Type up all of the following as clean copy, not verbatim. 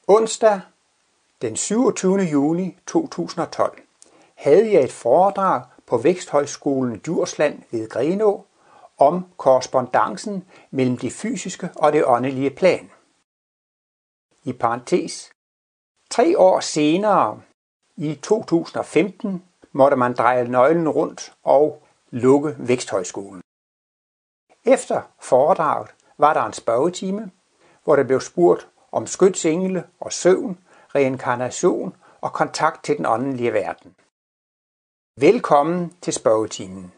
Onsdag den 27. juni 2012 havde jeg et foredrag på Væksthøjskolen Djursland ved Grenaa om korrespondancen mellem det fysiske og det åndelige plan. I parentes, 3 år senere, i 2015, måtte man dreje nøglen rundt og lukke Væksthøjskolen. Efter foredraget var der en spørgetime, hvor der blev spurgt om skytsengle og søvn, reinkarnation og kontakt til den åndelige verden. Velkommen til spørgetimen.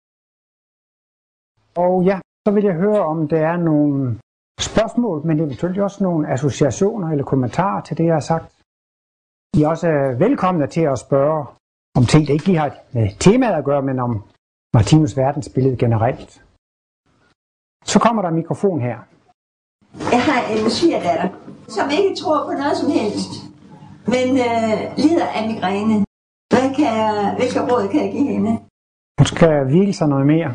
Og ja, så vil jeg høre, om der er nogle spørgsmål, men eventuelt også nogle associationer eller kommentarer til det, jeg har sagt. I er også velkomne til at spørge om ting, der ikke lige har med temaet at gøre, men om Martinus verdensbillede generelt. Så kommer der en mikrofon her. Jeg har en svigerdatter, som ikke tror på noget som helst, men lider af migræne. Hvilke råd kan jeg give hende? Hun skal hvile sig noget mere.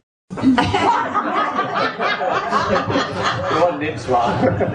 Det var et nemt svar.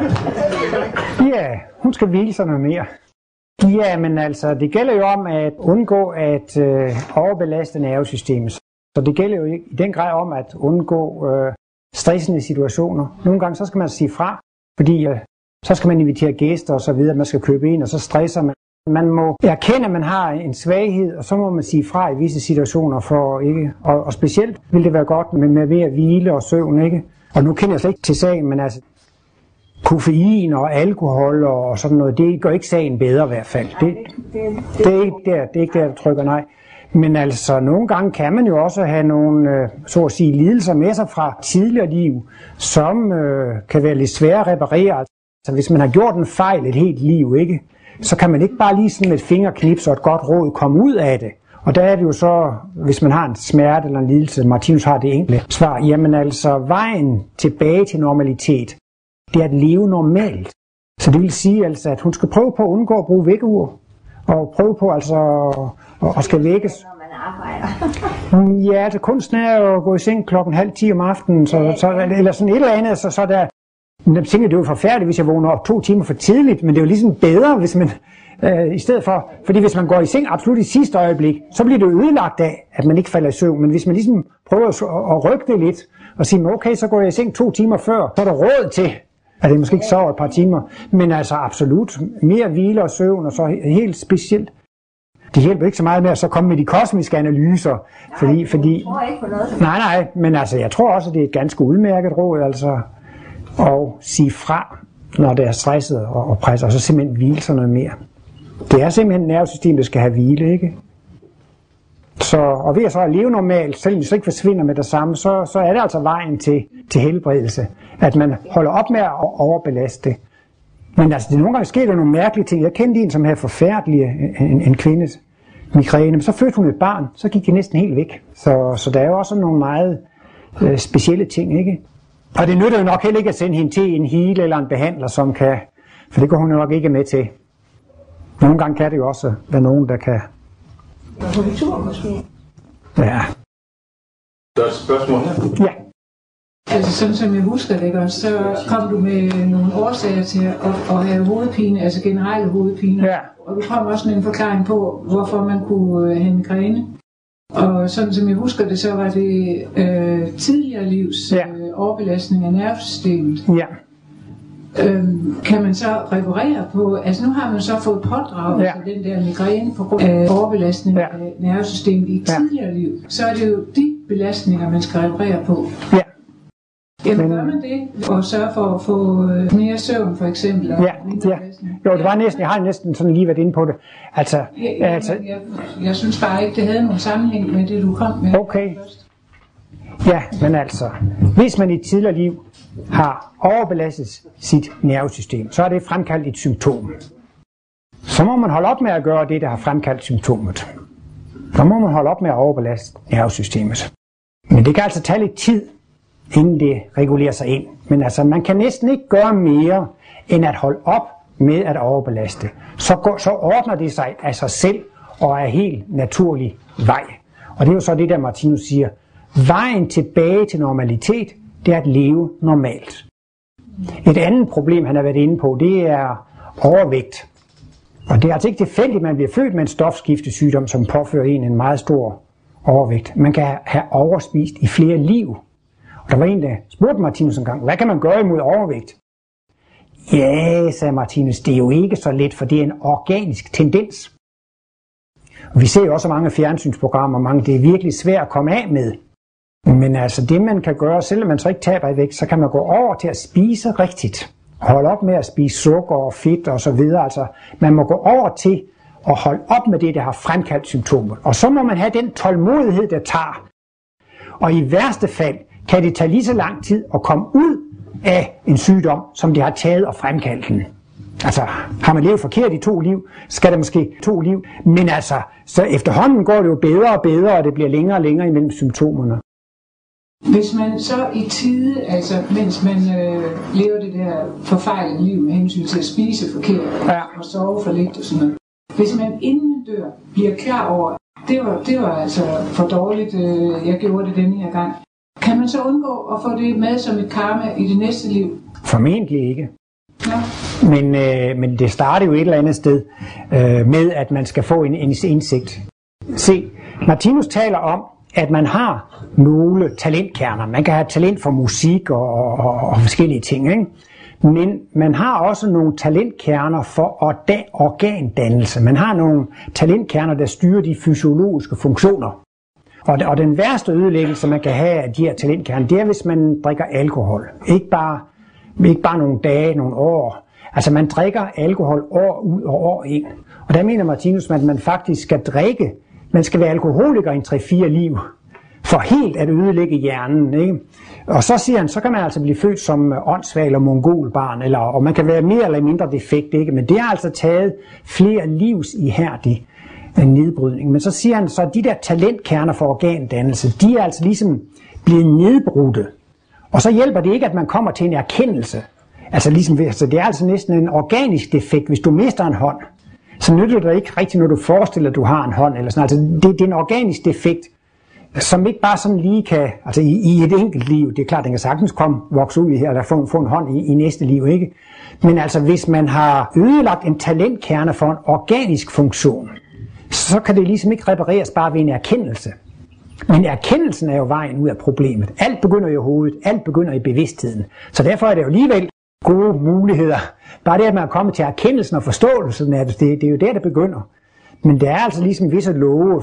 Ja, hun skal hvile sig noget mere. Ja, men altså, det gælder jo om at undgå at overbelaste nervesystemet. Så det gælder jo i den grad om at undgå stressende situationer. Nogle gange så skal man sige fra, fordi så skal man invitere gæster og så videre, man skal købe ind, og så stresser man. Man må erkende, at man har en svaghed, og så må man sige fra i visse situationer for ikke. Og specielt vil det være godt med ved at hvile og søvn, ikke? Og nu kender jeg slet ikke til sagen, men altså koffein og alkohol og sådan noget, det gør ikke sagen bedre i hvert fald. Det er ikke der trykker nej. Men altså, nogle gange kan man jo også have nogle, så at sige, lidelser med sig fra tidligere liv, som kan være lidt svære at reparere. Altså, hvis man har gjort en fejl et helt liv, ikke, så kan man ikke bare lige sådan med et fingerknips og et godt råd komme ud af det. Og der er det jo så, hvis man har en smerte eller en lidelse, Martinus har det enkle svar, jamen altså, vejen tilbage til normalitet, det er at leve normalt. Så det vil sige altså, at hun skal prøve på at undgå at bruge vækkeur, og prøve på altså at skal vækkes. Når man arbejder. Ja, det kunsten er jo at gå i seng 9:30 om aftenen, eller sådan et eller andet, så der. Jeg tænker, det er jo forfærdeligt, hvis jeg vågner op 2 timer for tidligt, men det er jo ligesom bedre, hvis man i stedet for, fordi hvis man går i seng absolut i sidste øjeblik, så bliver det jo ødelagt af, at man ikke falder i søvn. Men hvis man ligesom prøver at rykke det lidt, og sige, okay, så går jeg i seng 2 timer før, så er der råd til, at det måske ikke sover et par timer, men altså absolut mere hvile og søvn, og så helt specielt. Det hjælper ikke så meget med at så komme med de kosmiske analyser, fordi jeg tror ikke på noget. Nej, men altså jeg tror også, at det er et ganske udmærket råd, altså at sige fra, når det er stresset og presset, og så simpelthen hvile sig noget mere. Det er simpelthen nervesystemet, der skal have hvile, ikke? Og ved at så at leve normalt, selvom det så ikke forsvinder med det samme, så er det altså vejen til helbredelse, at man holder op med at overbelaste det. Men altså, nogle gange sker der nogle mærkelige ting. Jeg kendte en, som havde forfærdelige en kvindes migræne, men så fødte hun et barn, så gik det næsten helt væk. Så der er jo også nogle meget specielle ting, ikke? Og det nytter jo nok heller ikke at sende hende til en healer eller en behandler, som kan, for det går hun jo nok ikke med til. Nogle gange kan det jo også være nogen, der kan. Kultur måske. Ja. Der er et spørgsmål her. Ja. Altså sådan som jeg husker det, så kom du med nogle årsager til at have hovedpine, altså generelle hovedpine. Ja. Og du kom også med en forklaring på, hvorfor man kunne have migræne. Og sådan som jeg husker det, så var det tidligere livs overbelastning af nervesystemet. Ja. Kan man så reparere på, altså nu har man så fået pådraget den der migræne på grund af overbelastning af nervesystemet i tidligere liv. Så er det jo de belastninger, man skal reparere på. Ja. Jamen gør man det, og sørge for at få mere søvn for eksempel? Ja. Jo, det var næsten, jeg har næsten sådan lige været inde på det. Altså, jeg synes bare ikke, det havde nogen sammenhæng med det, du kom med. Okay. Ja, men altså, hvis man i et tidligere liv har overbelastet sit nervesystem, så er det fremkaldt et symptom. Så må man holde op med at gøre det, der har fremkaldt symptomet. Så må man holde op med at overbelaste nervesystemet. Men det kan altså tage lidt tid, inden det regulerer sig ind. Men altså, man kan næsten ikke gøre mere, end at holde op med at overbelaste. Så ordner det sig af sig selv, og er helt naturlig vej. Og det er jo så det, der Martinus siger. Vejen tilbage til normalitet, det er at leve normalt. Et andet problem, han har været inde på, det er overvægt. Og det er altså ikke tilfældigt, at man bliver født med en stofskiftesygdom, som påfører en meget stor overvægt. Man kan have overspist i flere liv. Og der var en, der spurgte Martinus en gang, hvad kan man gøre imod overvægt? Ja, sagde Martinus, det er jo ikke så let, for det er en organisk tendens. Og vi ser jo også mange fjernsynsprogrammer, det er virkelig svært at komme af med. Men altså det man kan gøre, selvom man så ikke taber i vægt, så kan man gå over til at spise rigtigt. Holde op med at spise sukker og fedt og så videre. Altså man må gå over til at holde op med det, der har fremkaldt symptomer. Og så må man have den tålmodighed, der tager. Og i værste fald kan det tage lige så lang tid at komme ud af en sygdom, som det har taget og fremkaldt den. Altså, har man levet forkert i 2 liv, skal der måske 2 liv. Men altså, så efterhånden går det jo bedre og bedre, og det bliver længere og længere imellem symptomerne. Hvis man så i tide, altså mens man lever det der forfejlede liv med hensyn til at spise forkert og sove for lidt og sådan noget. Hvis man inden dør bliver klar over, det var altså for dårligt, jeg gjorde det denne her gang. Kan man så undgå at få det med som et karma i det næste liv? Formentlig ikke. Ja. Men det starter jo et eller andet sted med, at man skal få en indsigt. Se, Martinus taler om, at man har nogle talentkerner. Man kan have talent for musik og forskellige ting, ikke? Men man har også nogle talentkerner for organdannelse. Man har nogle talentkerner, der styrer de fysiologiske funktioner. Og den værste ødelæggelse, man kan have af de her talentkerner, det er, hvis man drikker alkohol. Ikke bare nogle dage, nogle år. Altså man drikker alkohol år ud og år ind. Og der mener Martinus, at man faktisk skal drikke. Man skal være alkoholiker i 3-4 liv, for helt at ødelægge hjernen, ikke? Og så siger han, så kan man altså blive født som åndssvag eller mongolbarn, og man kan være mere eller mindre defekt, ikke? Men det har altså taget flere livs ihærdig nedbrydning. Men så siger han, så de der talentkerner for organdannelse, de er altså ligesom blevet nedbrudte. Og så hjælper det ikke, at man kommer til en erkendelse. Altså det er altså næsten en organisk defekt, hvis du mister en hånd. Så nytter det ikke rigtigt, når du forestiller, at du har en hånd. Eller sådan. Altså, det er en organisk defekt, som ikke bare sådan lige kan, altså i et enkelt liv, det er klart, den kan sagtens vokse ud i her, eller få en hånd i næste liv, ikke? Men altså, hvis man har ødelagt en talentkerne for en organisk funktion, så kan det ligesom ikke repareres bare ved en erkendelse. Men erkendelsen er jo vejen ud af problemet. Alt begynder i hovedet, alt begynder i bevidstheden. Så derfor er det jo alligevel gode muligheder. Bare det, at man er kommet til erkendelsen og forståelsen af det er jo der, det begynder. Men der er altså ligesom visse love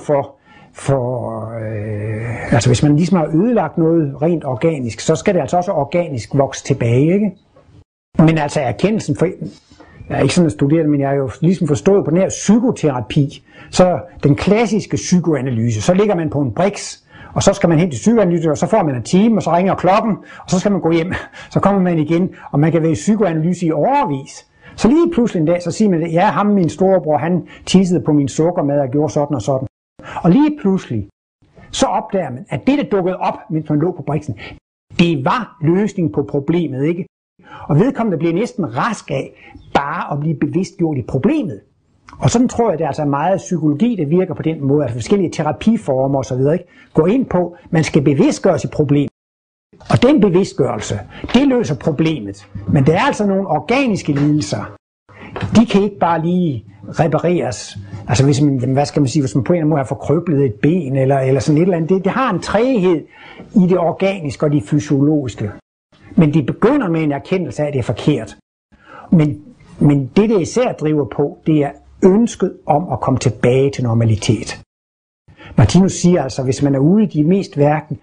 altså hvis man ligesom har ødelagt noget rent organisk, så skal det altså også organisk vokse tilbage, ikke? Men altså erkendelsen, jeg er ikke sådan at studere det, men jeg har jo ligesom forstået på den her psykoterapi, så den klassiske psykoanalyse, så ligger man på en briks, og så skal man hen til psykoanalyse, og så får man en time, og så ringer klokken, og så skal man gå hjem. Så kommer man igen, og man kan være i psykoanalyse i årevis. Så lige pludselig en dag, så siger man, ja, ham min storebror, han tissede på min sukkermad og gjorde sådan og sådan. Og lige pludselig, så opdager man, at det, der dukkede op, mens man lå på briksen, det var løsningen på problemet, ikke? Og vedkommende bliver næsten rask af bare at blive bevidstgjort i problemet. Og sådan tror jeg, det er altså meget psykologi, der virker på den måde, altså forskellige terapiformer osv. Gå ind på, man skal bevidstgøres i problemet. Og den bevidstgørelse, det løser problemet. Men der er altså nogle organiske lidelser. De kan ikke bare lige repareres. Altså hvis man, hvad skal man sige, hvis man på en eller anden måde har forkrøblet et ben eller sådan et eller andet. Det har en træghed i det organiske og det fysiologiske. Men de begynder med en erkendelse af, at det er forkert. Men det især driver på, det er ønsket om at komme tilbage til normalitet. Martinus siger altså, hvis man er ude i de mest hverken,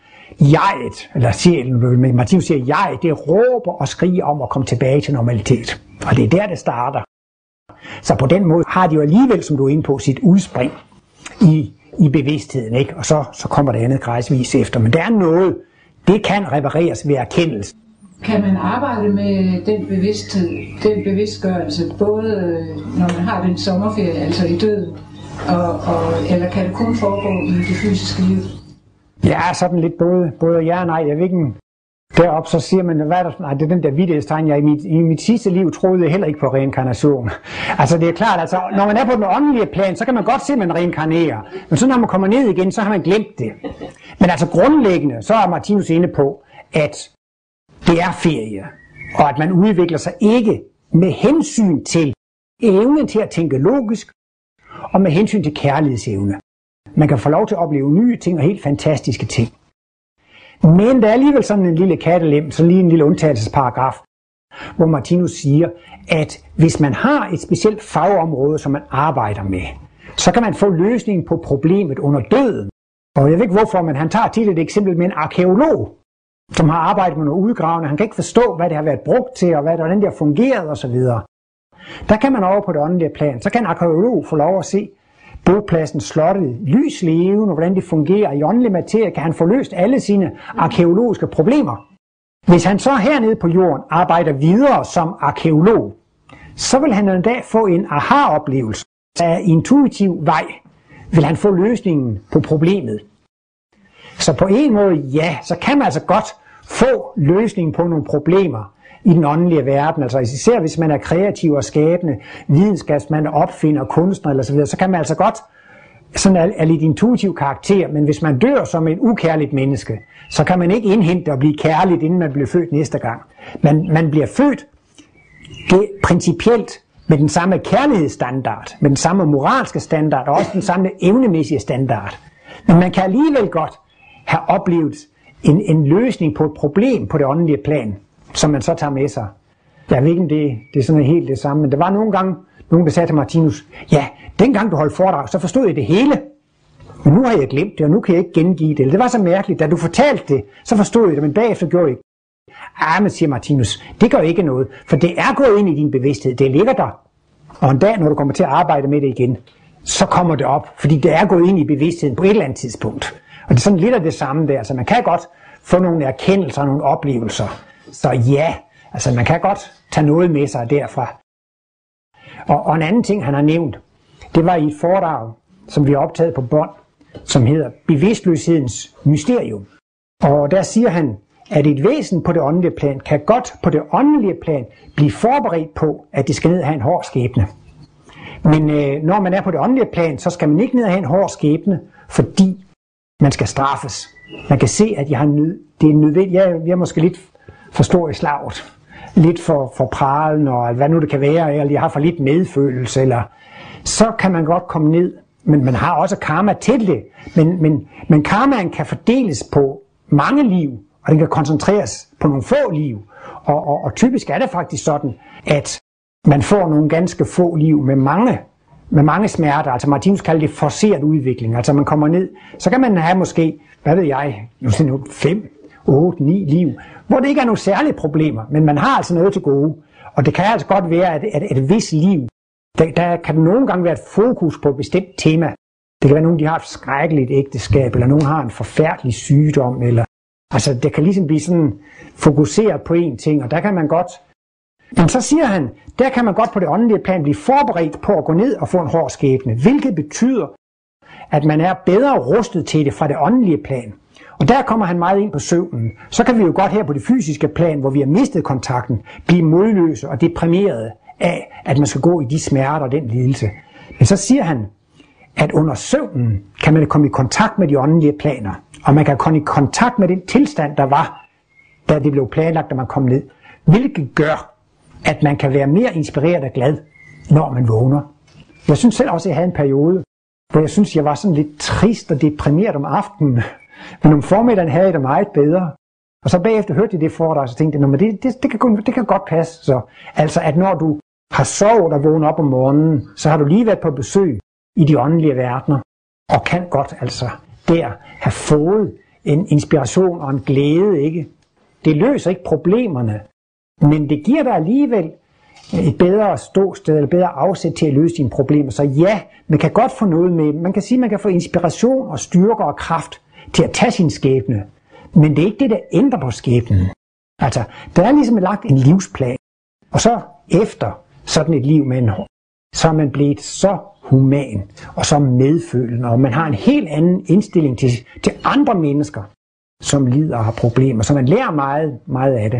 Martinus siger, det råber og skriger om at komme tilbage til normalitet. Og det er der, det starter. Så på den måde har de jo alligevel, som du er inde på, sit udspring i bevidstheden, ikke? Og så kommer det andet græsvis efter. Men der er noget, det kan repareres ved erkendelse. Kan man arbejde med den bevidsthed, den bevidstgørelse, både når man har den sommerferie, altså i døden, eller kan det kun foregå i det fysiske liv? Ja, sådan lidt både ja og nej. Jeg ved ikke, deroppe så siger man, hvad er der? Nej, det er den der vittighedstegn. Jeg i mit sidste liv troede jeg heller ikke på reinkarnation. Altså det er klart, altså når man er på den åndelige plan, så kan man godt se, at man reinkarnerer. Men så når man kommer ned igen, så har man glemt det. Men altså grundlæggende, så er Martinus inde på, at det er ferie, og at man udvikler sig ikke med hensyn til evnen til at tænke logisk, og med hensyn til kærlighedsevne. Man kan få lov til at opleve nye ting og helt fantastiske ting. Men der er alligevel sådan en lille kattelem, sådan lige en lille undtagelsesparagraf, hvor Martinus siger, at hvis man har et specielt fagområde, som man arbejder med, så kan man få løsningen på problemet under døden. Og jeg ved ikke hvorfor, men han tager til et eksempel med en arkæolog, som har arbejdet med noget udgravning. Han kan ikke forstå, hvad det har været brugt til, og hvordan det har fungeret osv. Der kan man over på det åndelige plan, så kan en arkæolog få lov at se bopladsen, slottet, lys levende, og hvordan det fungerer i åndelig materie, kan han få løst alle sine arkæologiske problemer. Hvis han så hernede på jorden arbejder videre som arkæolog, så vil han en dag få en aha-oplevelse. Af intuitiv vej vil han få løsningen på problemet. Så på en måde, ja, så kan man altså godt få løsningen på nogle problemer i den åndelige verden. Altså især hvis man er kreativ og skabende, videnskabsmand, opfinder, kunstner eller så videre, så kan man altså godt sådan er lidt intuitiv karakter, men hvis man dør som et ukærligt menneske, så kan man ikke indhente og blive kærligt, inden man bliver født næste gang. Man bliver født principielt med den samme kærlighedsstandard, med den samme moralske standard, og også den samme evnemæssige standard. Men man kan alligevel godt have oplevet en løsning på et problem på det åndelige plan, som man så tager med sig. Jeg ved ikke, om det er sådan helt det samme, men der var nogle gange nogen, der sagde til Martinus, ja, dengang du holdt foredrag, så forstod jeg det hele, men nu har jeg glemt det, og nu kan jeg ikke gengive det. Det var så mærkeligt, da du fortalte det, så forstod jeg det, men bagefter gjorde jeg ikke. Men siger Martinus, det gør ikke noget, for det er gået ind i din bevidsthed, det ligger der. Og en dag, når du kommer til at arbejde med det igen, så kommer det op, fordi det er gået ind i bevidstheden på et eller andet tidspunkt. Og det er sådan lidt af det samme der, så man kan godt få nogle erkendelser og nogle oplevelser. Så ja, altså man kan godt tage noget med sig derfra. Og en anden ting, han har nævnt, det var i et foredrag, som vi har optaget på bånd, som hedder Bevidstløshedens mysterium. Og der siger han, at et væsen på det åndelige plan kan godt på det åndelige plan blive forberedt på, at det skal ned og have en hård skæbne. Men når man er på det åndelige plan, så skal man ikke ned og have en hård skæbne, fordi man skal straffes. Man kan se, at det er nødvendigt. Jeg er måske lidt for stor i slaget. Lidt for pralen, og hvad nu det kan være, eller jeg har for lidt medfølelse, eller så kan man godt komme ned. Men man har også karma til det. Men karmaen kan fordeles på mange liv, og den kan koncentreres på nogle få liv. Og typisk er det faktisk sådan, at man får nogle ganske få liv med mange smerter. Altså Martinus kalder det forceret udvikling. Altså man kommer ned, så kan man have måske, hvad ved jeg, 5, 8, 9 liv, hvor det ikke er nogle særlige problemer, men man har altså noget til gode. Og det kan altså godt være, at et vist liv, der kan nogle gange være et fokus på et bestemt tema. Det kan være, at nogen de har et skrækkeligt ægteskab, eller nogen har en forfærdelig sygdom, eller altså det kan ligesom blive sådan fokuseret på én ting, og der kan man godt. Men så siger han, der kan man godt på det åndelige plan blive forberedt på at gå ned og få en hård skæbne, hvilket betyder, at man er bedre rustet til det fra det åndelige plan. Og der kommer han meget ind på søvnen. Så kan vi jo godt her på det fysiske plan, hvor vi har mistet kontakten, blive modløse og deprimerede af, at man skal gå i de smerter og den lidelse. Men så siger han, at under søvnen kan man komme i kontakt med de åndelige planer, og man kan komme i kontakt med den tilstand, der var, da det blev planlagt, da man kom ned, hvilket gør, at man kan være mere inspireret og glad, når man vågner. Jeg synes selv også, at jeg havde en periode, hvor jeg synes, jeg var sådan lidt trist og deprimeret om aftenen, men om formiddagen havde jeg det meget bedre. Og så bagefter hørte jeg det foredrag, så tænkte jeg, det kan godt passe. Så, altså, at når du har sovet og vågnet op om morgenen, så har du lige været på besøg i de åndelige verdener, og kan godt altså der have fået en inspiration og en glæde, ikke? Det løser ikke problemerne, men det giver dig alligevel et bedre ståsted, eller bedre afsæt til at løse dine problemer. Så ja, man kan godt få noget med. Man kan sige, at man kan få inspiration og styrke og kraft til at tage sin skæbne. Men det er ikke det, der ændrer på skæbnen. Altså, der er ligesom lagt en livsplan. Og så efter sådan et liv med en hår, så er man blevet så human og så medfølende. Og man har en helt anden indstilling til andre mennesker, som lider og har problemer. Så man lærer meget, meget af det.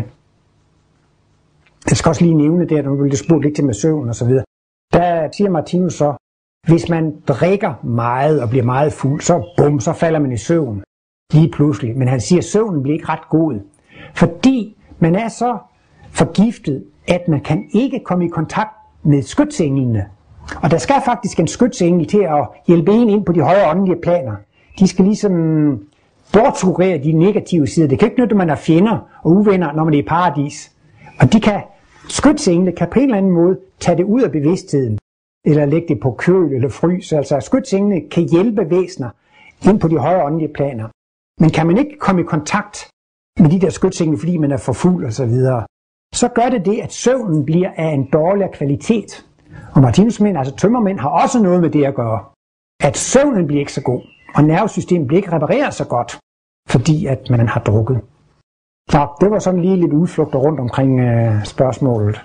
Jeg skal også lige nævne det, når du bliver spurgt lidt til med søvn og så videre. Der siger Martinus så, hvis man drikker meget og bliver meget fuld, så falder man i søvn lige pludselig. Men han siger, at søvnen bliver ikke ret god, fordi man er så forgiftet, at man kan ikke komme i kontakt med skytsenglene. Og der skal faktisk en skytsengel til at hjælpe en ind på de højere åndelige planer. De skal ligesom bortsurere de negative sider. Det kan ikke nytte, at man er fjender og uvenner, når man er i paradis. Og skytsenglene kan på en eller anden måde tage det ud af bevidstheden, eller lægge det på køl eller frys. Altså skytsenglene kan hjælpe væsener ind på de højere åndelige planer. Men kan man ikke komme i kontakt med de der skytsengle, fordi man er for fuld og så videre, så gør det, at søvnen bliver af en dårligere kvalitet. Og Martinus mener, altså tømmermænd har også noget med det at gøre. At søvnen bliver ikke så god, og nervesystemet bliver ikke repareret så godt, fordi at man har drukket. Så det var sådan lige lidt udflugter rundt omkring spørgsmålet.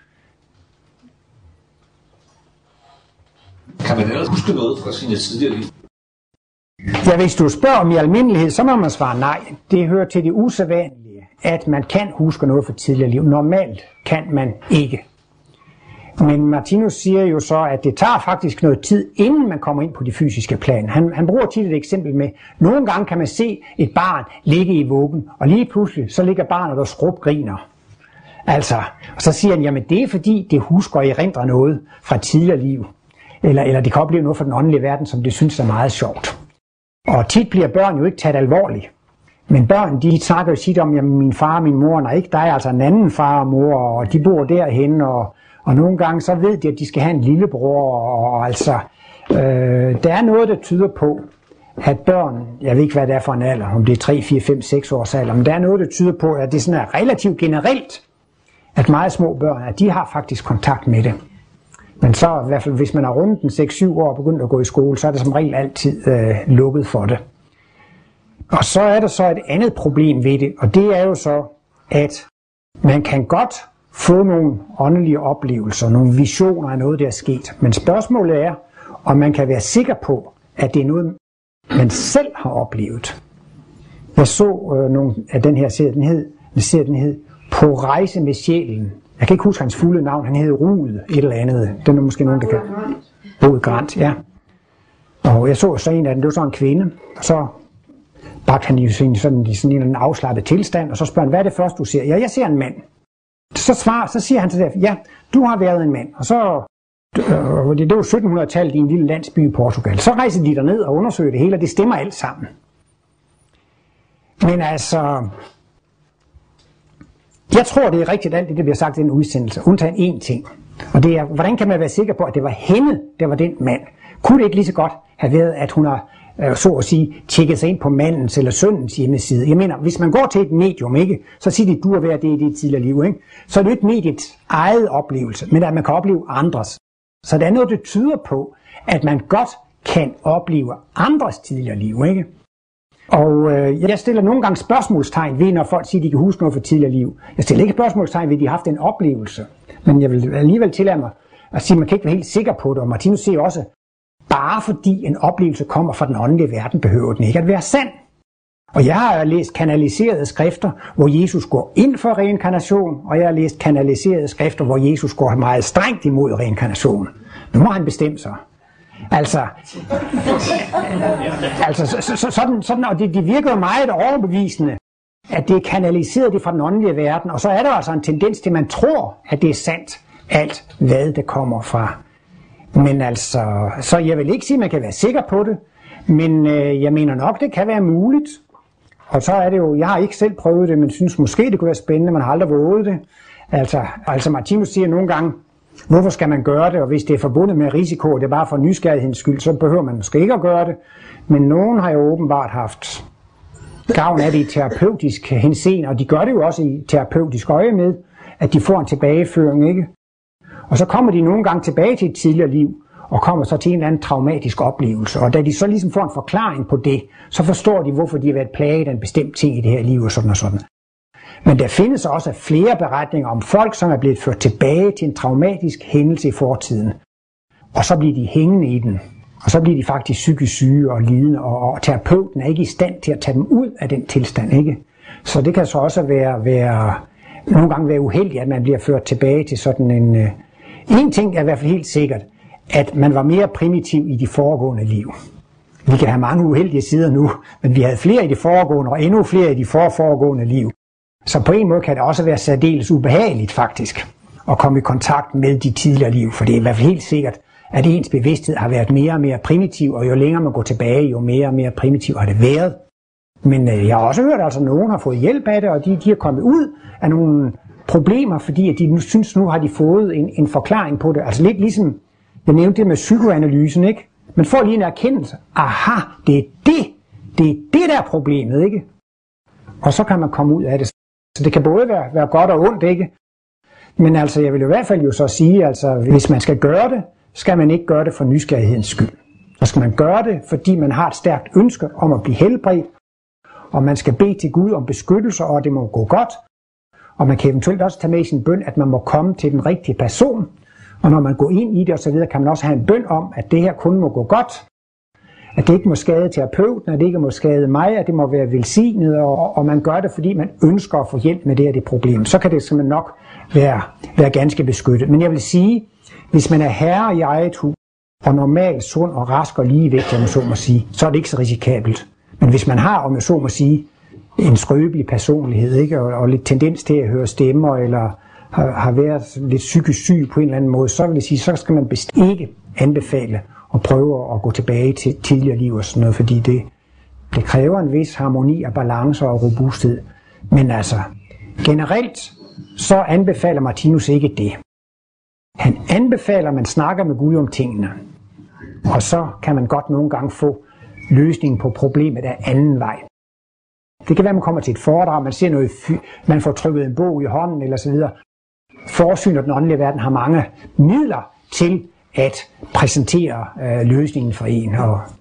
Kan man ellers huske noget fra sine tidligere liv? Ja, hvis du spørger om i almindelighed, så må man svare nej. Det hører til det usædvanlige, at man kan huske noget fra tidligere liv. Normalt kan man ikke. Men Martinus siger jo så, at det tager faktisk noget tid, inden man kommer ind på de fysiske plan. Han bruger tit et eksempel med, nogle gange kan man se et barn ligge i vuggen, og lige pludselig så ligger barnet og skrubgriner. Altså, og så siger han, jamen det er fordi, det husker og erindrer noget fra tidligere liv. Eller det kan opleve noget fra den åndelige verden, som det synes er meget sjovt. Og tit bliver børn jo ikke taget alvorligt. Men børn, de snakker jo tit om, jamen min far og min mor, nej ikke dig, altså en anden far og mor, og de bor derhen, og nogle gange så ved de, at de skal have en lillebror, og altså, der er noget, der tyder på, at børn, jeg ved ikke, hvad det er for en alder, om det er 3, 4, 5, 6 års alder, men der er noget, der tyder på, at det sådan er relativt generelt, at meget små børn, at de har faktisk kontakt med det. Men så i hvert fald, hvis man har rundet den 6-7 år og begyndt at gå i skole, så er det som regel altid lukket for det. Og så er der så et andet problem ved det, og det er jo så, at man kan godt få nogle åndelige oplevelser, nogle visioner af noget, der er sket. Men spørgsmålet er, om man kan være sikker på, at det er noget, man selv har oplevet. Jeg så nogle af den her serie, den hed På rejse med sjælen. Jeg kan ikke huske hans fulde navn, han hed Rud et eller andet. Den er måske nogen, der kan. Rud Grant, ja. Og jeg så en af dem, det var så en kvinde, og så bragte han i sådan en afslappet tilstand, og så spørger han, hvad er det første, du ser? Ja, jeg ser en mand. Så siger han til det, ja, du har været en mand, og så, det var 1700-tallet i en lille landsby i Portugal. Så rejser de derned og undersøger det hele, og det stemmer alt sammen. Men altså, jeg tror, det er rigtigt alt det, der bliver sagt i den udsendelse, undtagen én ting. Og det er, hvordan kan man være sikker på, at det var hende, der var den mand? Kunne det ikke lige så godt have været, at hun har, så at sige, tjekket sig ind på mandens eller sønnens hjemmeside? Jeg mener, hvis man går til et medium, ikke, så siger de, du har været det i dit tidligere liv, ikke? Så er det ikke mediets eget oplevelse, men at man kan opleve andres. Så der er noget, der tyder på, at man godt kan opleve andres tidligere liv, ikke? Og jeg stiller nogle gange spørgsmålstegn ved, når folk siger, at de kan huske noget fra tidligere liv. Jeg stiller ikke spørgsmålstegn ved, at de har haft en oplevelse. Men jeg vil alligevel tillade mig at sige, at man kan ikke være helt sikker på det. Og Martinus siger også, bare fordi en oplevelse kommer fra den åndelige verden, behøver den ikke at være sand. Og jeg har læst kanaliserede skrifter, hvor Jesus går ind for reinkarnation, og jeg har læst kanaliserede skrifter, hvor Jesus går meget strengt imod reinkarnation. Nu må han bestemme sig. Altså sådan, og det virker jo meget overbevisende, at det er kanaliseret det fra den åndelige verden, og så er der altså en tendens til, at man tror, at det er sandt, alt hvad det kommer fra. Men altså, så jeg vil ikke sige, at man kan være sikker på det, men jeg mener nok, det kan være muligt. Og så er det jo, jeg har ikke selv prøvet det, men synes måske, det kunne være spændende, man har aldrig våget det. Altså Martinus siger nogle gange, hvorfor skal man gøre det, og hvis det er forbundet med risiko, og det er bare for nysgerrighedens skyld, så behøver man måske ikke at gøre det. Men nogen har jo åbenbart haft gavn af det i terapeutisk henseende, og de gør det jo også i terapeutisk øje med, at de får en tilbageføring, ikke? Og så kommer de nogle gange tilbage til et tidligere liv, og kommer så til en eller anden traumatisk oplevelse. Og da de så ligesom får en forklaring på det, så forstår de, hvorfor de har været plaget af en bestemt ting i det her liv, og sådan og sådan. Men der findes også flere beretninger om folk, som er blevet ført tilbage til en traumatisk hændelse i fortiden. Og så bliver de hængende i den. Og så bliver de faktisk psykisk syge og lidende, og terapeuten er ikke i stand til at tage dem ud af den tilstand, ikke? Så det kan så også nogle gange være uheldigt, at man bliver ført tilbage til sådan en... En ting er i hvert fald helt sikkert, at man var mere primitiv i de foregående liv. Vi kan have mange uheldige sider nu, men vi havde flere i de foregående, og endnu flere i de foregående liv. Så på en måde kan det også være særdeles ubehageligt faktisk, at komme i kontakt med de tidligere liv, for det er i hvert fald helt sikkert, at ens bevidsthed har været mere og mere primitiv, og jo længere man går tilbage, jo mere og mere primitiv har det været. Men jeg har også hørt, at nogen har fået hjælp af det, og de er kommet ud af nogle problemer, fordi at de nu synes, nu har de fået en forklaring på det. Altså lidt ligesom, jeg nævnte det med psykoanalysen, ikke? Man får lige en erkendelse. Aha, det er det der problemet, ikke? Og så kan man komme ud af det. Så det kan både være godt og ondt, ikke? Men altså, jeg vil i hvert fald jo så sige, altså, hvis man skal gøre det, skal man ikke gøre det for nysgerrighedens skyld. Så skal man gøre det, fordi man har et stærkt ønske om at blive helbredt, og man skal bede til Gud om beskyttelse, og det må gå godt. Og man kan eventuelt også tage med i sin bøn, at man må komme til den rigtige person. Og når man går ind i det osv., kan man også have en bøn om, at det her kun må gå godt. At det ikke må skade terapeuten, at det ikke må skade mig, at det må være velsignet, og man gør det, fordi man ønsker at få hjælp med det problem. Så kan det simpelthen nok være ganske beskyttet. Men jeg vil sige, hvis man er herre i eget hus, og normalt sund og rask og ligevægt, så må sige, så er det ikke så risikabelt. Men hvis man har, om jeg så må sige, en skrøbelig personlighed, ikke? Og lidt tendens til at høre stemmer, eller har været lidt psykisk syg på en eller anden måde, så vil jeg sige, så skal man bestemt ikke anbefale at prøve at gå tilbage til tidligere liv og sådan noget, fordi det kræver en vis harmoni og balance og robusthed. Men altså, generelt så anbefaler Martinus ikke det. Han anbefaler, at man snakker med Gud om tingene, og så kan man godt nogle gange få løsningen på problemet af anden vej. Det kan være, at man kommer til et foredrag, man ser noget, man får trykket en bog i hånden eller så videre. Forsyn og den åndelige verden har mange midler til at præsentere løsningen for en.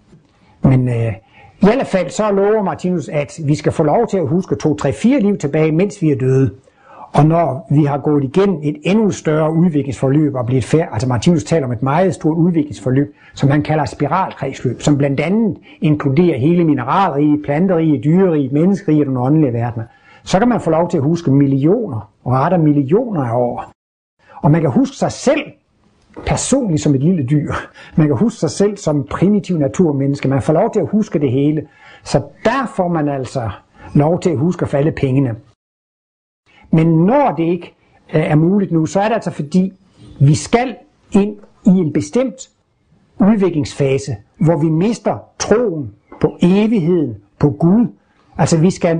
Men i alle fald så lover Martinus, at vi skal få lov til at huske 2, 3, 4 liv tilbage, mens vi er døde. Og når vi har gået igennem et endnu større udviklingsforløb og blevet færdig, altså Martinus taler om et meget stort udviklingsforløb, som han kalder spiralkredsløb, som blandt andet inkluderer hele mineralriget, planteriget, dyreriget, menneskeriget og den åndelige verden, så kan man få lov til at huske millioner og retter millioner af år. Og man kan huske sig selv personligt som et lille dyr. Man kan huske sig selv som primitiv naturmenneske. Man får lov til at huske det hele. Så der får man altså lov til at huske for alle pengene. Men når det ikke er muligt nu, så er det altså fordi, vi skal ind i en bestemt udviklingsfase, hvor vi mister troen på evigheden, på Gud. Altså vi skal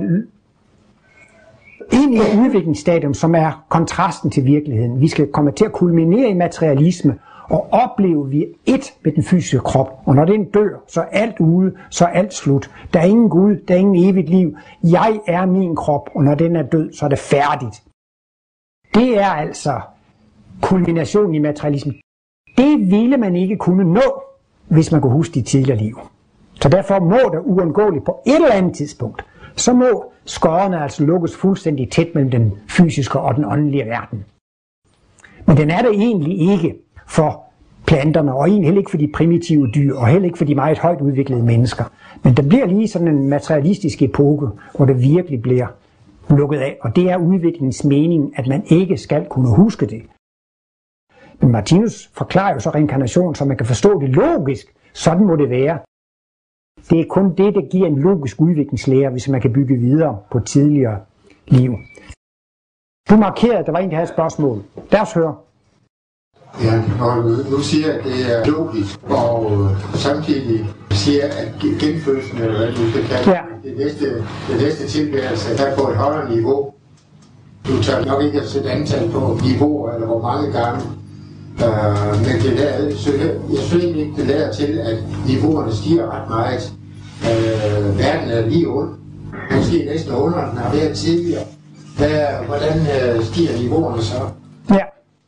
ind i et udviklingsstadium, som er kontrasten til virkeligheden. Vi skal komme til at kulminere i materialisme og opleve, at vi er ét med den fysiske krop. Og når den dør, så er alt ude, så er alt slut. Der er ingen Gud, der er ingen evigt liv. Jeg er min krop, og når den er død, så er det færdigt. Det er altså kulminationen i materialismen. Det ville man ikke kunne nå, hvis man kunne huske de tidligere liv. Så derfor må der uundgåeligt på et eller andet tidspunkt, så må skårene altså lukkes fuldstændig tæt mellem den fysiske og den åndelige verden. Men den er det egentlig ikke for planterne, og egentlig heller ikke for de primitive dyr, og heller ikke for de meget højt udviklede mennesker. Men der bliver lige sådan en materialistisk epoke, hvor det virkelig bliver lukket af, og det er udviklingens mening, at man ikke skal kunne huske det. Men Martinus forklarer jo så reinkarnation, så man kan forstå det logisk. Sådan må det være. Det er kun det, der giver en logisk udviklingslære, hvis man kan bygge videre på tidligere liv. Du markerede, at der var en, der havde et spørgsmål. Lad os høre. Ja, og nu siger jeg, at det er logisk, og samtidig siger, at genfødelsen, eller hvad du skal kalde det næste tilværelse, er på et højere niveau. Du tager nok ikke at sætte antal på niveauer, eller hvor mange gange. Men det der, jeg synes egentlig ikke, det lader til, at niveauerne stiger ret meget. Verden er lige under. Måske næsten under den har været tidligere. Hvordan stiger niveauerne så? Ja.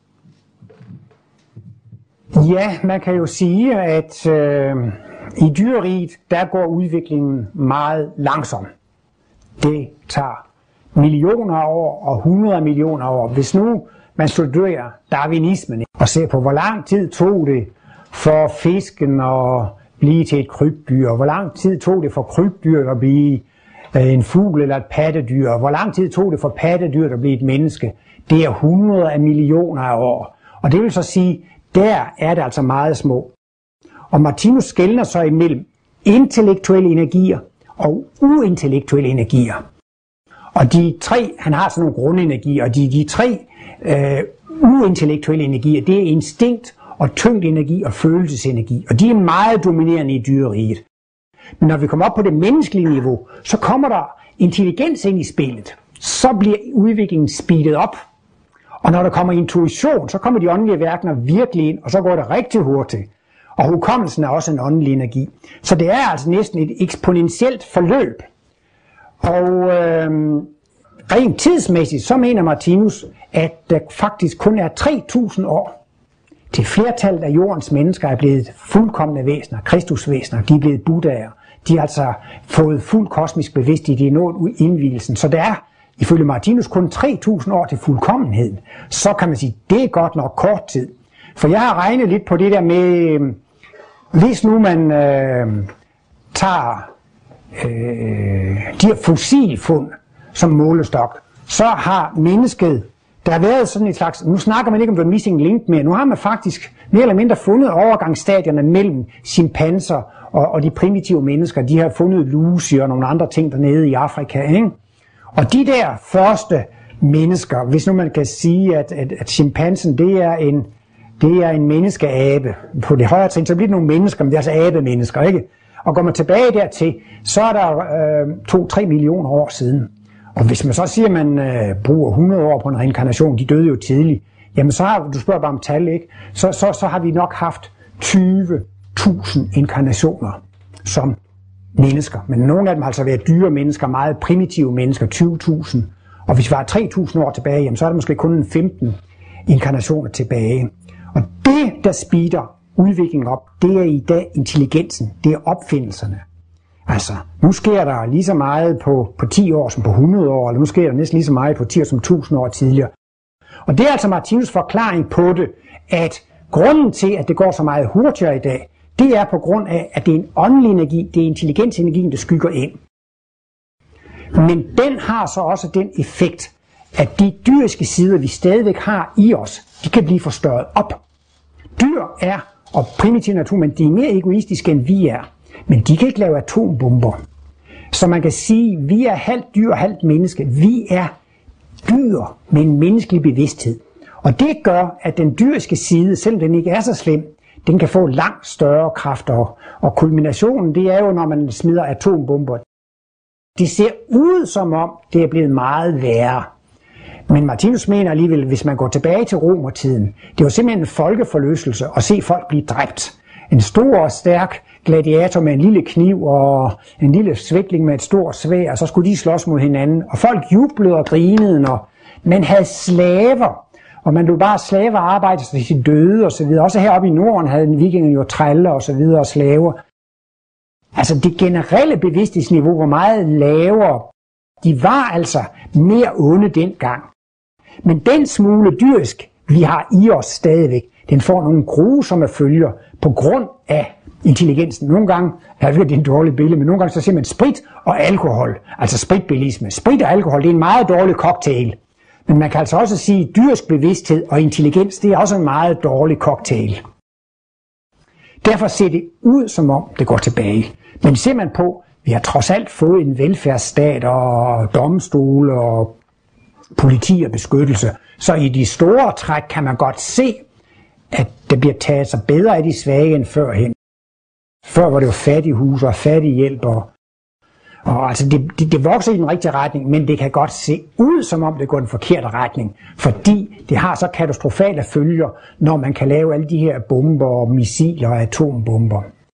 Ja, man kan jo sige, at i dyreriget, der går udviklingen meget langsomt. Det tager millioner af år og 100 millioner af år. Hvis nu man studerer darwinismen og ser på, hvor lang tid tog det for fisken at blive til et krybdyr, og hvor lang tid tog det for krybdyr at blive en fugl eller et pattedyr, og hvor lang tid tog det for pattedyr at blive et menneske. Det er 100 af millioner af år. Og det vil så sige, der er det altså meget små. Og Martinus skelner så imellem intellektuelle energier og uintellektuelle energier. Og de tre, han har sådan nogle grundenergier, og de tre uintellektuelle energier. Det er instinkt og tyngdenergi og følelsesenergi, og de er meget dominerende i dyreriget. Men når vi kommer op på det menneskelige niveau, så kommer der intelligens ind i spillet. Så bliver udviklingen speedet op. Og når der kommer intuition, så kommer de åndelige verdener virkelig ind, og så går det rigtig hurtigt. Og hukommelsen er også en åndelig energi. Så det er altså næsten et eksponentielt forløb. Og rent tidsmæssigt, så mener Martinus, at der faktisk kun er 3.000 år til flertallet af jordens mennesker er blevet fuldkomne væsener, kristusvæsener, de er blevet buddhaer. De har altså fået fuld kosmisk bevidsthed, de er nået indvielsen. Så der er ifølge Martinus kun 3.000 år til fuldkommenheden. Så kan man sige, det er godt nok kort tid. For jeg har regnet lidt på det der med, hvis nu man tager de her fossilfund som målestok, så har mennesket, der har været sådan et slags, nu snakker man ikke om the missing link mere, nu har man faktisk mere eller mindre fundet overgangsstadierne mellem chimpanser og de primitive mennesker. De har fundet lusi og nogle andre ting dernede i Afrika, ikke? Og de der første mennesker, hvis nu man kan sige, at chimpansen det er en menneskeabe. På det højere trin, så bliver det nogle mennesker, men det er altså abemennesker, ikke? Og går man tilbage dertil, så er der 2-3 millioner år siden. Og hvis man så siger, at man bruger 100 år på en reinkarnation, de døde jo tidligt, jamen så har, du spørger bare om tal, ikke? Så har vi nok haft 20.000 inkarnationer som mennesker. Men nogle af dem har altså været dyre mennesker, meget primitive mennesker, 20.000. Og hvis vi var 3.000 år tilbage, jamen, så er der måske kun 15 inkarnationer tilbage. Og det, der speeder udviklingen op, det er i dag intelligensen, det er opfindelserne. Altså, nu sker der lige så meget på 10 år som på 100 år, eller nu sker der næsten lige så meget på 10 år som 1000 år tidligere. Og det er altså Martinus' forklaring på det, at grunden til, at det går så meget hurtigere i dag, det er på grund af, at det er en åndelig energi, det er intelligensenergien, der skygger ind. Men den har så også den effekt, at de dyriske sider, vi stadigvæk har i os, de kan blive forstørret op. Dyr er, og primitiv natur, men de er mere egoistiske, end vi er. Men de kan ikke lave atombomber. Så man kan sige, at vi er halvt dyr og halvt menneske. Vi er dyr med en menneskelig bevidsthed. Og det gør, at den dyriske side, selvom den ikke er så slem, den kan få langt større kræfter. Og kulminationen, det er jo, når man smider atombomber. Det ser ud som om, det er blevet meget værre. Men Martinus mener alligevel, hvis man går tilbage til romertiden, det var simpelthen en folkeforløselse at se folk blive dræbt. En stor og stærk gladiator med en lille kniv og en lille svækling med et stort sværd, og så skulle de slås mod hinanden. Og folk jublede og grinede, når man havde slaver, og man lod bare slaver arbejde til de døde og så videre. Også heroppe i Norden havde vikingerne jo træller og så videre og slaver. Altså det generelle bevidsthedsniveau var meget lavere. De var altså mere onde dengang. Men den smule dyrisk, vi har i os stadigvæk, den får nogle grusomme følger på grund af intelligensen. Nogle gange, jeg ved, det er en dårlig billede, men nogle gange så siger man sprit og alkohol, altså spritbilisme. Sprit og alkohol, det er en meget dårlig cocktail. Men man kan altså også sige, at dyrisk bevidsthed og intelligens, det er også en meget dårlig cocktail. Derfor ser det ud, som om det går tilbage. Men ser man på, vi har trods alt fået en velfærdsstat og domstole og politi og beskyttelse. Så i de store træk kan man godt se, at det bliver taget sig bedre af de svage end førhen. Før var det jo fattighuse og fattighjælp, og altså det vokser i den rigtige retning, men det kan godt se ud, som om det går den forkerte retning, fordi det har så katastrofale følger, når man kan lave alle de her bomber og missiler og atombomber.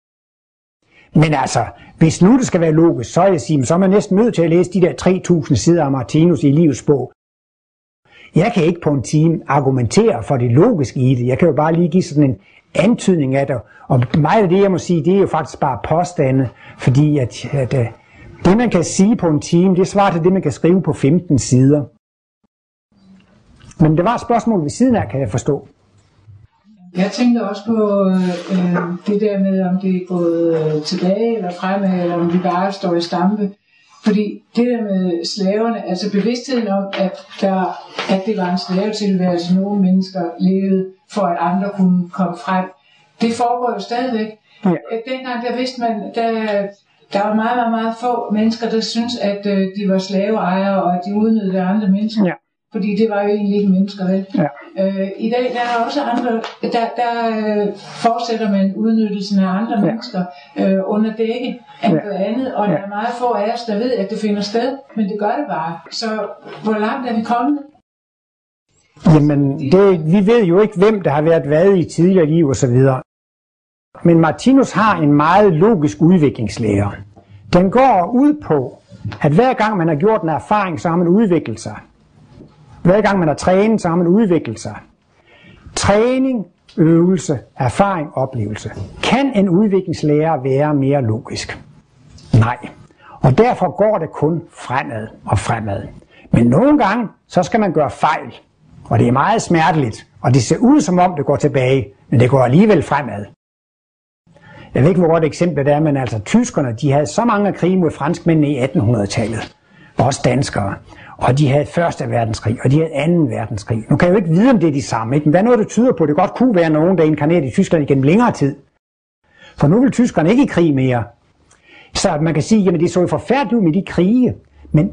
Men altså, hvis nu det skal være logisk, så er man næsten nødt til at læse de der 3.000 sider af Martinus i Livets bog. Jeg kan ikke på en time argumentere for det logiske i det. Jeg kan jo bare lige give sådan en antydning af det. Og meget af det, jeg må sige, det er jo faktisk bare påstande, fordi at det, man kan sige på en time, det svarer til det, man kan skrive på 15 sider. Men det var et spørgsmål ved siden af, kan jeg forstå. Jeg tænker også på det der med, om det er gået tilbage eller fremad, eller om de bare står i stampe. Fordi det der med slaverne, altså bevidstheden om, at det var en slavetilværelse, nogle mennesker levede, for at andre kunne komme frem, det foregår jo stadigvæk. Ja. Dengang der vidste man, der var meget, meget, meget få mennesker, der syntes, at de var slaveejere, og at de udnyttede andre mennesker. Ja. Fordi det var jo egentlig ikke mennesker, vel? Ja. I dag der er også andre, der fortsætter man udnyttelsen af andre mennesker under dække af noget andet, og der er meget få af os, der ved, at det finder sted, men det gør det bare. Så hvor langt er vi kommet? Jamen, vi ved jo ikke, hvem der har været hvad i tidligere liv og så videre. Men Martinus har en meget logisk udviklingslære. Den går ud på, at hver gang man har gjort en erfaring, så har man udviklet sig. Hver gang man har trænet, så har man udviklet sig. Træning, øvelse, erfaring, oplevelse. Kan en udviklingslære være mere logisk? Nej. Og derfor går det kun fremad og fremad. Men nogle gange, så skal man gøre fejl. Og det er meget smerteligt. Og det ser ud som om det går tilbage, men det går alligevel fremad. Jeg ved ikke, hvor godt eksempel det er, men altså tyskerne, de havde så mange krige mod franskmændene i 1800-tallet. Også danskere. Og de havde 1. verdenskrig, og de havde 2. verdenskrig. Nu kan jeg jo ikke vide, om det er de samme, ikke? Men der er noget, der tyder på, at det godt kunne være nogen, der inkarnerede i Tyskland igennem længere tid. For nu vil tyskerne ikke i krig mere. Så man kan sige, at det så jo forfærdeligt ud med de krige. Men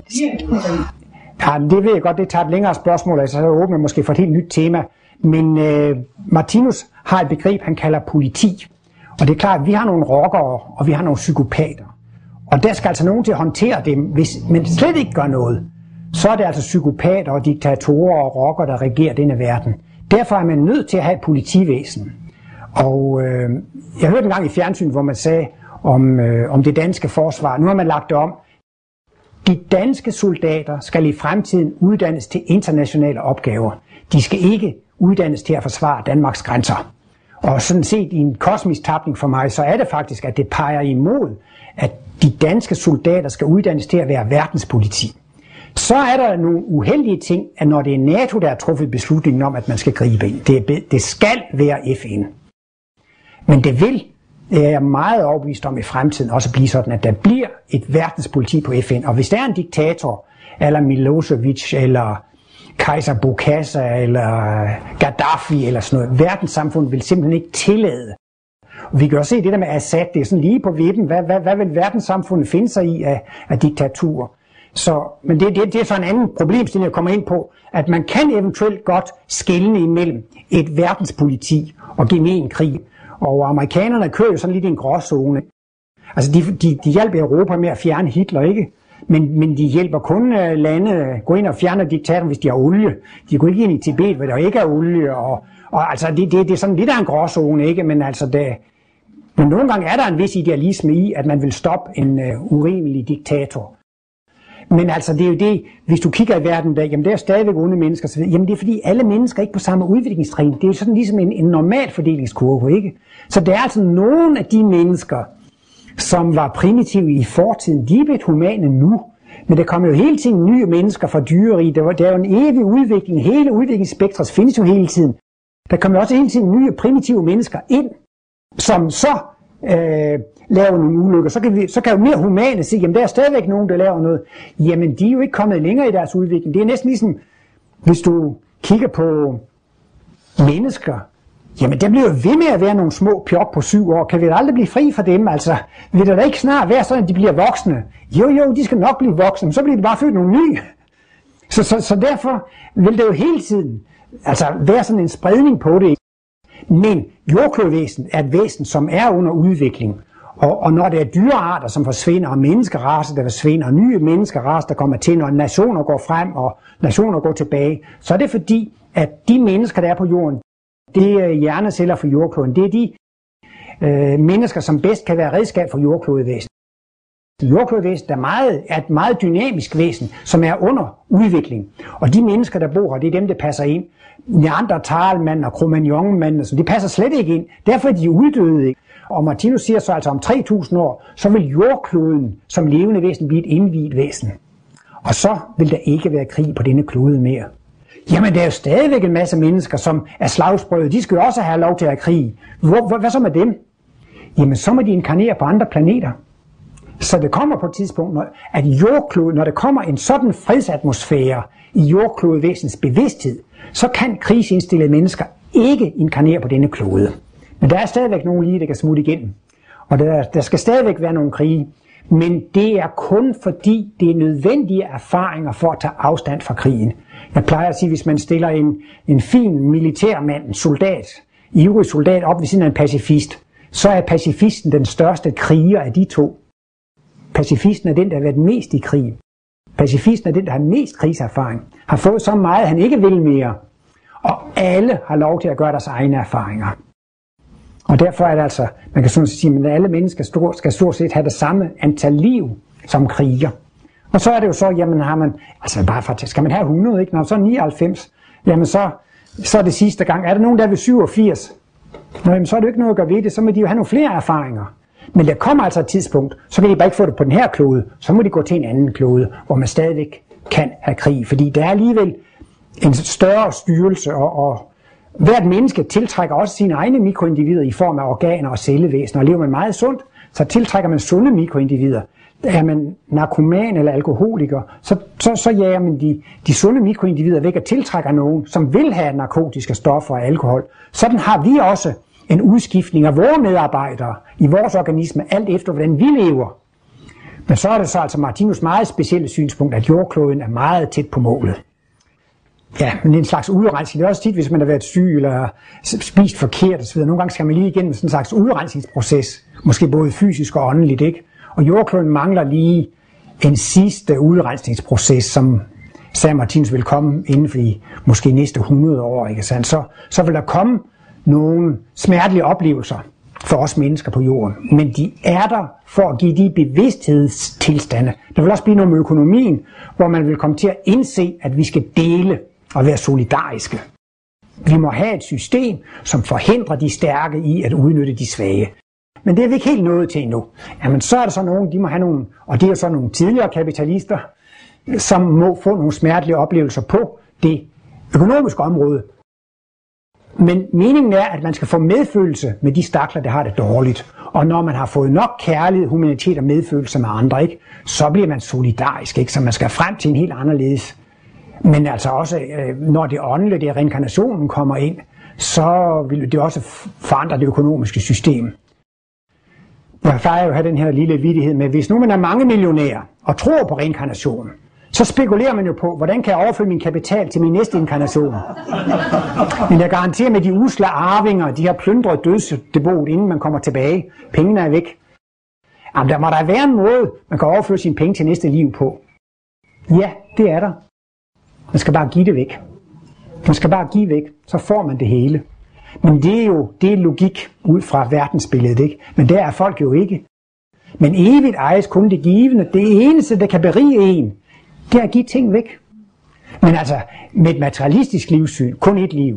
ja, det ved jeg godt, det tager et længere spørgsmål, altså så åbner måske for et helt nyt tema. Men Martinus har et begreb, han kalder politi. Og det er klart, at vi har nogle rockere, og vi har nogle psykopater. Og der skal altså nogen til at håndtere dem, hvis man slet ikke gør noget. Så er det altså psykopater og diktatorer og rockere, der regerer denne verden. Derfor er man nødt til at have et politivæsen. Og jeg hørte en gang i fjernsyn, hvor man sagde om det danske forsvar. Nu har man lagt det om. De danske soldater skal i fremtiden uddannes til internationale opgaver. De skal ikke uddannes til at forsvare Danmarks grænser. Og sådan set i en kosmisk tapning for mig, så er det faktisk, at det peger imod, at de danske soldater skal uddannes til at være verdenspoliti. Så er der nogle uheldige ting, at når det er NATO, der har truffet beslutningen om, at man skal gribe ind. Det skal være FN. Men det vil, det er jeg meget overbevist om i fremtiden, også blive sådan, at der bliver et verdenspoliti på FN. Og hvis der er en diktator, eller Milosevic, eller Kejser Bokassa, eller Gaddafi, eller sådan noget, verdenssamfundet vil simpelthen ikke tillade. Og vi kan også se det der med Assad, det er sådan lige på vippen. Hvad vil verdenssamfundet finde sig i af diktaturer? Men det er så en anden problemstilling, jeg kommer ind på, at man kan eventuelt godt skelne imellem et verdenspoliti og gemen krig. Og amerikanerne kører jo sådan lidt i en gråzone. Altså de hjælper Europa med at fjerne Hitler, ikke? Men de hjælper kun lande gå ind og fjerne diktatoren, hvis de har olie. De går ikke ind i Tibet, hvor der ikke er olie. Og altså det er sådan lidt af en gråzone, ikke? Men altså men nogle gange er der en vis idealisme i, at man vil stoppe en urimelig diktator. Men altså det er jo det, hvis du kigger i verden, jamen der er stadigvæk onde mennesker, så jamen det er fordi alle mennesker ikke på samme udviklingstrin. Det er jo sådan ligesom en normal fordelingskurve, ikke? Så der er altså nogle af de mennesker, som var primitive i fortiden, de er blevet humane nu. Men der kommer jo hele tiden nye mennesker fra dyreriget. Der er jo en evig udvikling. Hele udviklingsspektret findes jo hele tiden. Der kommer også hele tiden nye primitive mennesker ind, som så laver nogle ulykker. Så kan jo mere humane sige, jamen der er stadigvæk nogen, der laver noget. Jamen de er jo ikke kommet længere i deres udvikling. Det er næsten ligesom, hvis du kigger på mennesker, jamen der bliver jo ved med at være nogle små pjok på 7 år. Kan vi aldrig blive fri fra dem? Altså, vil det da ikke snart være sådan, at de bliver voksne? Jo, de skal nok blive voksne, men så bliver de bare født nogle nye. Så derfor vil det jo hele tiden altså være sådan en spredning på det. Men jordklodvæsen er et væsen, som er under udvikling. Og når det er dyrearter, som forsvinder, og menneskeracer, der forsvinder, og nye menneskeracer, der kommer til, når nationer går frem, og nationer går tilbage, så er det fordi, at de mennesker, der er på jorden, det er hjerneceller for jordkloden. Det er de mennesker, som bedst kan være redskab for jordklodvæsen. Jordklodvæsen er et meget dynamisk væsen, som er under udvikling. Og de mennesker, der bor her, det er dem, der passer ind. Neandertalmanden og Cro-Magnon-manden, så de passer slet ikke ind. Derfor er de uddøde. Og Martinus siger så altså om 3000 år, så vil jordkloden som levende væsen blive et indviet væsen. Og så vil der ikke være krig på denne klode mere. Jamen, der er jo stadigvæk en masse mennesker, som er slagsbrød. De skal jo også have lov til at have krig. Hvad så med dem? Jamen, så må de inkarnere på andre planeter. Så det kommer på et tidspunkt, at jordkloden, når der kommer en sådan fredsatmosfære i jordklodvæsens bevidsthed, så kan krigsindstillede mennesker ikke inkarnere på denne klode. Men der er stadigvæk nogen lige, der kan smutte igennem. Og der skal stadigvæk være nogle krige. Men det er kun fordi, det er nødvendige erfaringer for at tage afstand fra krigen. Jeg plejer at sige, hvis man stiller en fin militærmand, en soldat, ivrig soldat op ved siden af en pacifist, så er pacifisten den største kriger af de to. Pacifisten er den, der har været mest i krig. Pacifisten er den, der har mest krigserfaring. Har fået så meget, han ikke vil mere. Og alle har lov til at gøre deres egne erfaringer. Og derfor er det altså, man kan sådan sige, at alle mennesker skal stort set have det samme antal liv som kriger. Og så er det jo så, jamen har man, altså bare for, skal man have 100, ikke? Når så 99, jamen så er det sidste gang. Er der nogen, der vil 87? Nå, jamen så er det jo ikke noget at gøre ved det, så må de jo have nogle flere erfaringer. Men der kommer altså et tidspunkt, så kan de bare ikke få det på den her klode, så må de gå til en anden klode, hvor man stadigvæk kan have krig. Fordi der er alligevel en større styrelse, og hvert menneske tiltrækker også sine egne mikroindivider i form af organer og cellevæsener. Og lever man meget sundt, så tiltrækker man sunde mikroindivider. Er man narkoman eller alkoholiker, så jager man de sunde mikroindivider væk og tiltrækker nogen, som vil have narkotiske stoffer og alkohol. Sådan har vi også en udskiftning af vores medarbejdere i vores organisme, alt efter hvordan vi lever. Men så er det så altså Martinus meget specielle synspunkt, at jordkloden er meget tæt på målet. Ja, men det er en slags udrensning. Det er også tit, hvis man har været syg eller spist forkert osv. Nogle gange skal man lige igennem sådan en slags udrensningsproces, måske både fysisk og åndeligt, ikke? Og jordkloden mangler lige en sidste udrensningsproces, som San Martinus vil komme inden for de måske næste 100 år, ikke sandt? Så vil der komme nogle smertelige oplevelser for os mennesker på jorden, men de er der for at give de bevidsthedstilstande. Der vil også blive noget med økonomien, hvor man vil komme til at indse, at vi skal dele og være solidariske. Vi må have et system, som forhindrer de stærke i at udnytte de svage. Men det er vi ikke helt nået til endnu. Jamen så er der så nogen, de må have nogle, og det er så nogle tidligere kapitalister, som må få nogle smertelige oplevelser på det økonomiske område. Men meningen er, at man skal få medfølelse med de stakler, der har det dårligt. Og når man har fået nok kærlighed, humanitet og medfølelse med andre, ikke, så bliver man solidarisk, ikke? Så man skal frem til en helt anderledes. Men altså også, når det åndelige, det reinkarnationen kommer ind, så vil det også forandre det økonomiske system. Jeg plejer jo at have den her lille vittighed med, hvis nu man er mange millionærer og tror på reinkarnationen, så spekulerer man jo på, hvordan kan jeg overføre min kapital til min næste inkarnation. Men jeg garanterer med de usle arvinger, de har plyndret dødsdepot, inden man kommer tilbage. Pengene er væk. Jamen, der må der være en måde, man kan overføre sine penge til næste liv på. Ja, det er der. Man skal bare give det væk. Man skal bare give væk, så får man det hele. Men det er logik ud fra verdensbilledet, ikke? Men der er folk jo ikke. Men evigt ejes kun det givende. Det eneste, der kan berige en, det er at give ting væk. Men altså, med et materialistisk livssyn, kun et liv,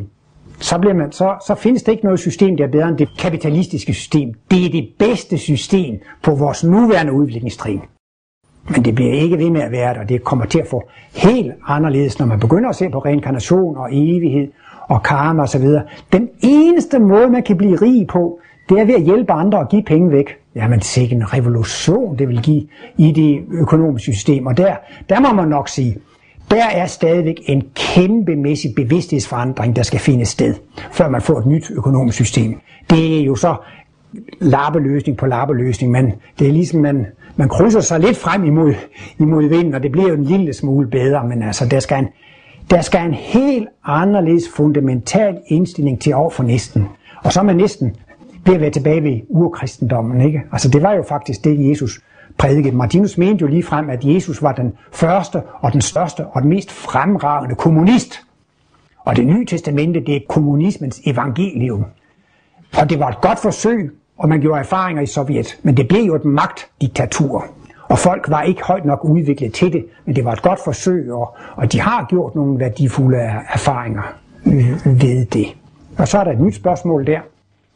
så findes der ikke noget system, der er bedre end det kapitalistiske system. Det er det bedste system på vores nuværende udviklingstrin. Men det bliver ikke ved med at være der, og det kommer til at få helt anderledes, når man begynder at se på reinkarnation og evighed og karma osv. Den eneste måde, man kan blive rig på, det er ved at hjælpe andre og give penge væk. Jamen, sikke en revolution, det vil give i det økonomiske system. Og der må man nok sige, der er stadigvæk en kæmpemæssig bevidsthedsforandring, der skal finde sted, før man får et nyt økonomisk system. Det er jo så lappeløsning på lappeløsning, men det er ligesom, man krydser sig lidt frem imod vinden, og det bliver jo en lille smule bedre, men altså, der skal en helt anderledes fundamental indstilling til over for næsten. Og så er man næsten ved at være tilbage ved urkristendommen, ikke? Altså, det var jo faktisk det, Jesus prædikede. Martinus mente jo ligefrem, at Jesus var den første og den største og den mest fremragende kommunist. Og det nye testamente, det er kommunismens evangelium. Og det var et godt forsøg, og man gjorde erfaringer i Sovjet, men det blev jo et magtdiktatur. Og folk var ikke højt nok udviklet til det, men det var et godt forsøg, og de har gjort nogle værdifulde erfaringer ved det. Og så er der et nyt spørgsmål der.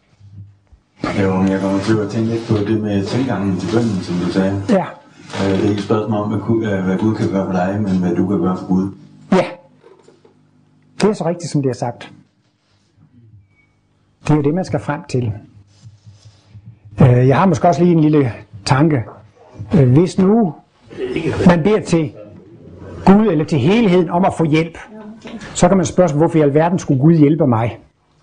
Jo, jeg kommer til at tænke lidt på det med tilgangen til bønnen, som du sagde. Ja. Det er ikke et spørgsmål om, hvad Gud kan gøre for dig, men hvad du kan gøre for Gud. Ja. Det er så rigtigt, som det er sagt. Det er jo det, man skal frem til. Jeg har måske også lige en lille tanke. Hvis nu man beder til Gud eller til helheden om at få hjælp, så kan man spørge sig, hvorfor i alverden skulle Gud hjælpe mig?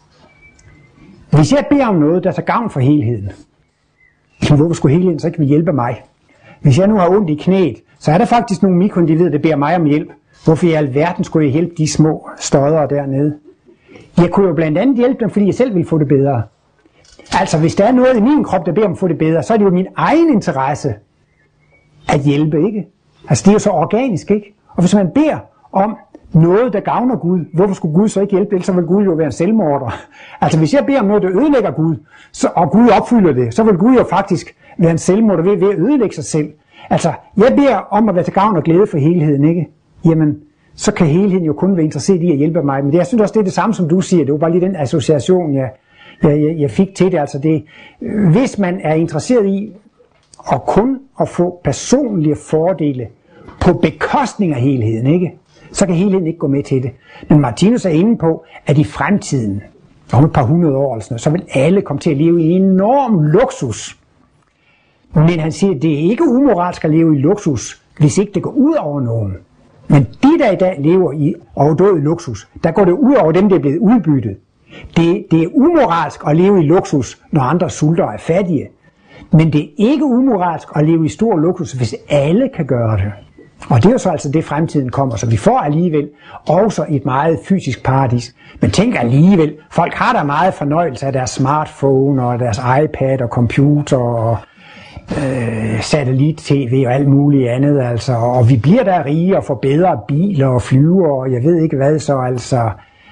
Hvis jeg beder om noget, der er til gavn for helheden, hvorfor skulle helheden så ikke vil hjælpe mig? Hvis jeg nu har ondt i knæet, så er der faktisk nogle mikroindivider, der beder mig om hjælp. Hvorfor i alverden skulle jeg hjælpe de små stoddere dernede? Jeg kunne jo blandt andet hjælpe dem, fordi jeg selv ville få det bedre. Altså, hvis der er noget i min krop, der beder om at få det bedre, så er det jo min egen interesse at hjælpe, ikke? Altså, det er jo så organisk, ikke? Og hvis man beder om noget, der gavner Gud, hvorfor skulle Gud så ikke hjælpe? Ellers så vil Gud jo være en selvmorder. Altså, hvis jeg beder om noget, der ødelægger Gud, og Gud opfylder det, så vil Gud jo faktisk være en selvmorder ved at ødelægge sig selv. Altså, jeg beder om at være til gavn og glæde for helheden, ikke? Jamen, så kan helheden jo kun være interesseret i at hjælpe mig. Men jeg synes også, det er det samme, som du siger. Det var bare lige den association, jeg fik til det. Altså det, hvis man er interesseret i at få personlige fordele på bekostning af helheden, ikke? Så kan helheden ikke gå med til det. Men Martinus er inde på, at i fremtiden, om et par 100 år eller sådan, så vil alle komme til at leve i enorm luksus. Men han siger, at det er ikke umoralsk at leve i luksus, hvis ikke det går ud over nogen. Men de, der i dag lever i overdådig luksus, der går det ud over dem, der er blevet udbyttet. Det er umoralsk at leve i luksus, når andre sulter og er fattige. Men det er ikke umoralsk at leve i stor luksus, hvis alle kan gøre det. Og det er jo så altså det, fremtiden kommer. Så vi får alligevel også et meget fysisk paradis. Men tænk alligevel, folk har da meget fornøjelse af deres smartphone og deres iPad og computer og satellit-tv og alt muligt andet, altså, og vi bliver der rige og får bedre biler og flyver, og jeg ved ikke hvad så, altså,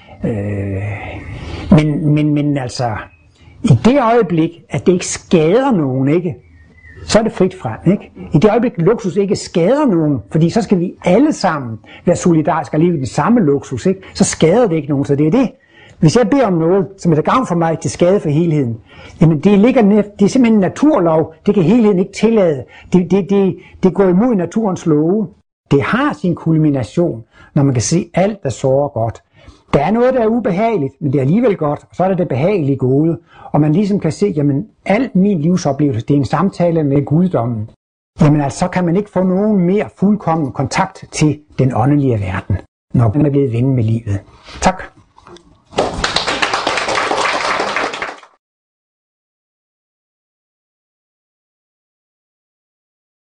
men altså, i det øjeblik, at det ikke skader nogen, ikke, så er det frit frem, ikke? I det øjeblik, luksus ikke skader nogen, fordi så skal vi alle sammen være solidariske og leve i den samme luksus, ikke? Så skader det ikke nogen, så det er det. Hvis jeg beder om noget, som er til gavn for mig, til skade for helheden, jamen det er simpelthen en naturlov, det kan helheden ikke tillade. Det går imod naturens love. Det har sin kulmination, når man kan se alt, der sårer godt. Der er noget, der er ubehageligt, men det er alligevel godt, og så er det behagelige gode. Og man ligesom kan se, jamen alt min livsoplevelse, det er en samtale med guddommen. Jamen altså, så kan man ikke få nogen mere fuldkommen kontakt til den åndelige verden, når man er blevet ven med livet. Tak.